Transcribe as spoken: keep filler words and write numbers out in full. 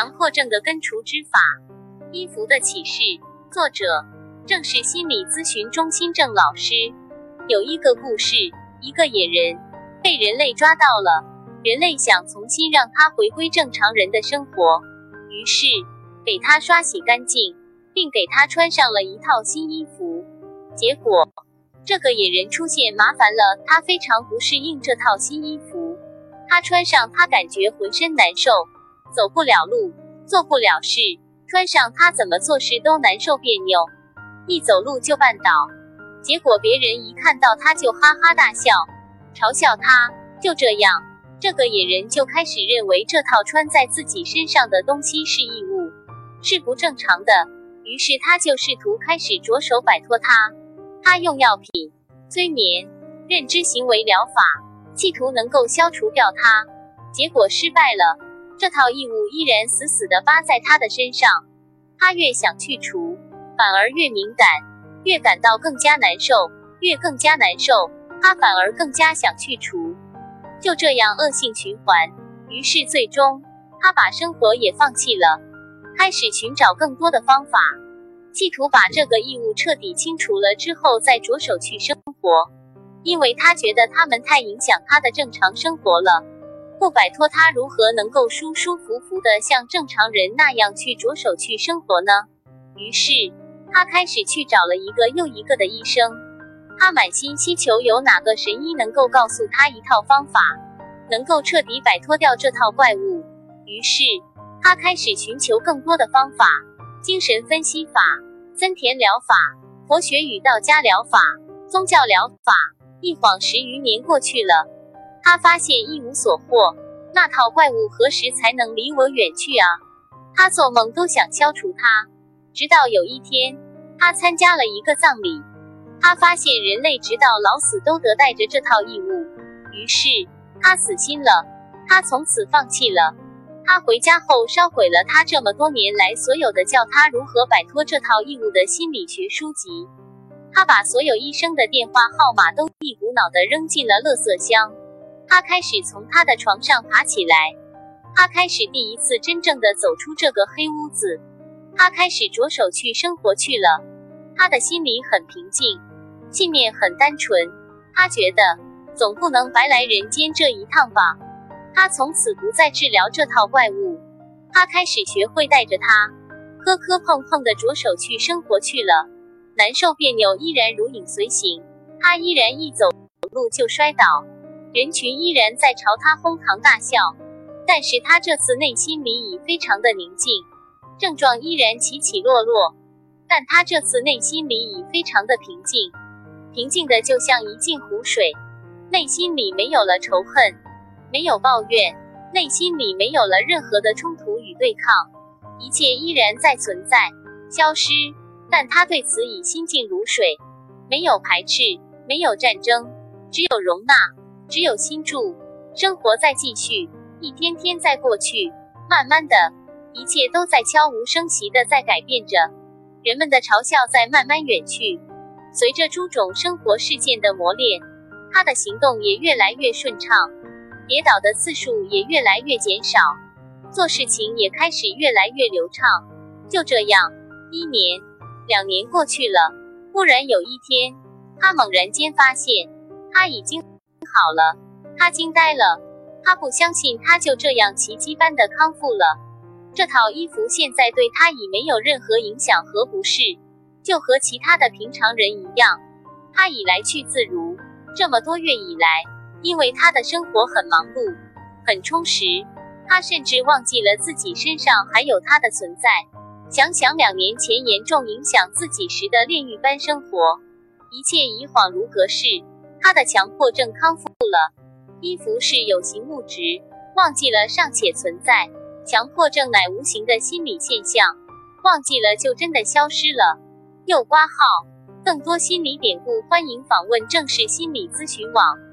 强迫症的根除之法。衣服的启示，作者正是心理咨询中心郑老师。有一个故事，一个野人被人类抓到了，人类想重新让他回归正常人的生活，于是给他刷洗干净，并给他穿上了一套新衣服。结果这个野人出现麻烦了，他非常不适应这套新衣服，他穿上他感觉浑身难受，走不了路，做不了事，穿上它怎么做事都难受别扭，一走路就绊倒。结果别人一看到他就哈哈大笑，嘲笑他。就这样，这个野人就开始认为这套穿在自己身上的东西是异物，是不正常的，于是他就试图开始着手摆脱它。他用药品、催眠、认知行为疗法，企图能够消除掉它，结果失败了。这套异物依然死死地扒在他的身上，他越想去除，反而越敏感，越感到更加难受，越更加难受，他反而更加想去除，就这样恶性循环。于是最终，他把生活也放弃了，开始寻找更多的方法，企图把这个异物彻底清除了之后再着手去生活，因为他觉得他们太影响他的正常生活了。不摆脱他如何能够舒舒服服的像正常人那样去着手去生活呢？于是他开始去找了一个又一个的医生，他满心希求有哪个神医能够告诉他一套方法，能够彻底摆脱掉这套怪物。于是他开始寻求更多的方法，精神分析法、森田疗法、佛学与道家疗法、宗教疗法。一晃十余年过去了，他发现一无所获，那套怪物何时才能离我远去啊？他做梦都想消除它。直到有一天，他参加了一个葬礼，他发现人类直到老死都得带着这套异物，于是他死心了，他从此放弃了。他回家后烧毁了他这么多年来所有的教他如何摆脱这套异物的心理学书籍，他把所有医生的电话号码都一股脑地扔进了垃圾箱。他开始从他的床上爬起来，他开始第一次真正的走出这个黑屋子，他开始着手去生活去了。他的心里很平静，信念很单纯，他觉得总不能白来人间这一趟吧。他从此不再治疗这套怪物，他开始学会带着它磕磕碰碰的着手去生活去了。难受别扭依然如影随形，他依然一走路就摔倒，人群依然在朝他哄堂大笑，但是他这次内心里已非常的宁静，症状依然起起落落，但他这次内心里已非常的平静，平静的就像一镜湖水，内心里没有了仇恨，没有抱怨，内心里没有了任何的冲突与对抗，一切依然在存在，消失，但他对此已心静如水，没有排斥，没有战争，只有容纳，只有心住，生活在继续，一天天在过去，慢慢的，一切都在悄无声息的在改变着，人们的嘲笑在慢慢远去。随着诸种生活事件的磨练，他的行动也越来越顺畅，跌倒的次数也越来越减少，做事情也开始越来越流畅。就这样，一年、两年过去了，忽然有一天，他猛然间发现，他已经好了，他惊呆了，他不相信他就这样奇迹般的康复了。这套衣服现在对他已没有任何影响和不适，就和其他的平常人一样，他已来去自如。这么多月以来，因为他的生活很忙碌，很充实，他甚至忘记了自己身上还有他的存在。想想两年前严重影响自己时的炼狱般生活，一切已恍如隔世。他的强迫症康复了，衣服是有形物质，忘记了尚且存在，强迫症乃无形的心理现象，忘记了就真的消失了。又挂号，更多心理典故欢迎访问正视心理咨询网。